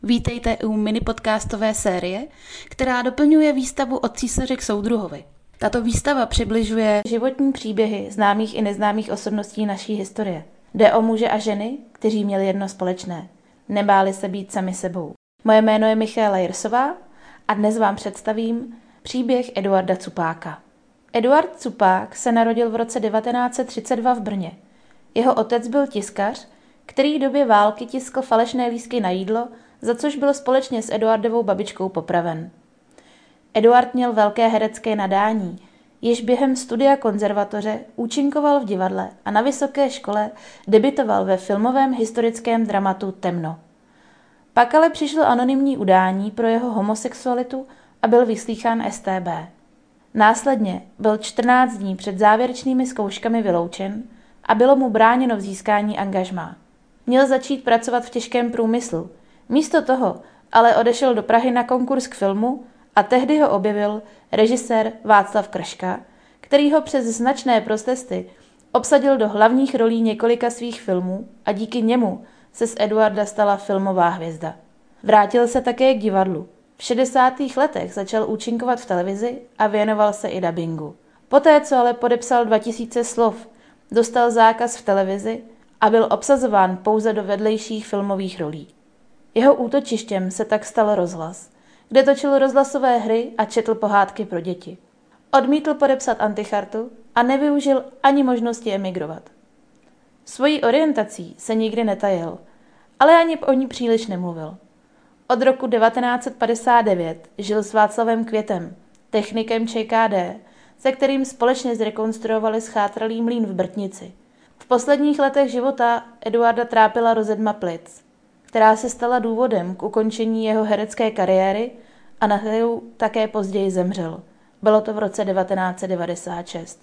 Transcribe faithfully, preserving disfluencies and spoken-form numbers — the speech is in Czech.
Vítejte u minipodcastové série, která doplňuje výstavu Od císaře k soudruhovi. Tato výstava přibližuje životní příběhy známých i neznámých osobností naší historie. Jde o muže a ženy, kteří měli jedno společné. Nebáli se být sami sebou. Moje jméno je Michaela Jirsová a dnes vám představím příběh Eduarda Cupáka. Eduard Cupák se narodil v roce devatenáct set třicet dva v Brně. Jeho otec byl tiskař, který v době války tiskl falešné lístky na jídlo, za což byl společně s Eduardovou babičkou popraven. Eduard měl velké herecké nadání, již během studia konzervatoře účinkoval v divadle a na vysoké škole debutoval ve filmovém historickém dramatu Temno. Pak ale přišlo anonymní udání pro jeho homosexualitu a byl vyslýchán S T B. Následně byl čtrnáct dní před závěrečnými zkouškami vyloučen a bylo mu bráněno v získání angažmá. Měl začít pracovat v těžkém průmyslu. Místo toho ale odešel do Prahy na konkurs k filmu a tehdy ho objevil režisér Václav Krška, který ho přes značné protesty obsadil do hlavních rolí několika svých filmů a díky němu se z Eduarda stala filmová hvězda. Vrátil se také k divadlu. V šedesátých letech začal účinkovat v televizi a věnoval se i dabingu. Poté, co ale podepsal dva tisíce slov, dostal zákaz v televizi a byl obsazován pouze do vedlejších filmových rolí. Jeho útočištěm se tak stal rozhlas, kde točil rozhlasové hry a četl pohádky pro děti. Odmítl podepsat antichartu a nevyužil ani možnosti emigrovat. Svojí orientací se nikdy netajil, ale ani o ní příliš nemluvil. Od roku devatenáct set padesát devět žil s Václavem Květem, technikem Č K D, se kterým společně zrekonstruovali schátralý mlýn v Brtnici. V posledních letech života Eduarda trápila rozedma plic, která se stala důvodem k ukončení jeho herecké kariéry a na kterou také později zemřel. Bylo to v roce devatenáct set devadesát šest.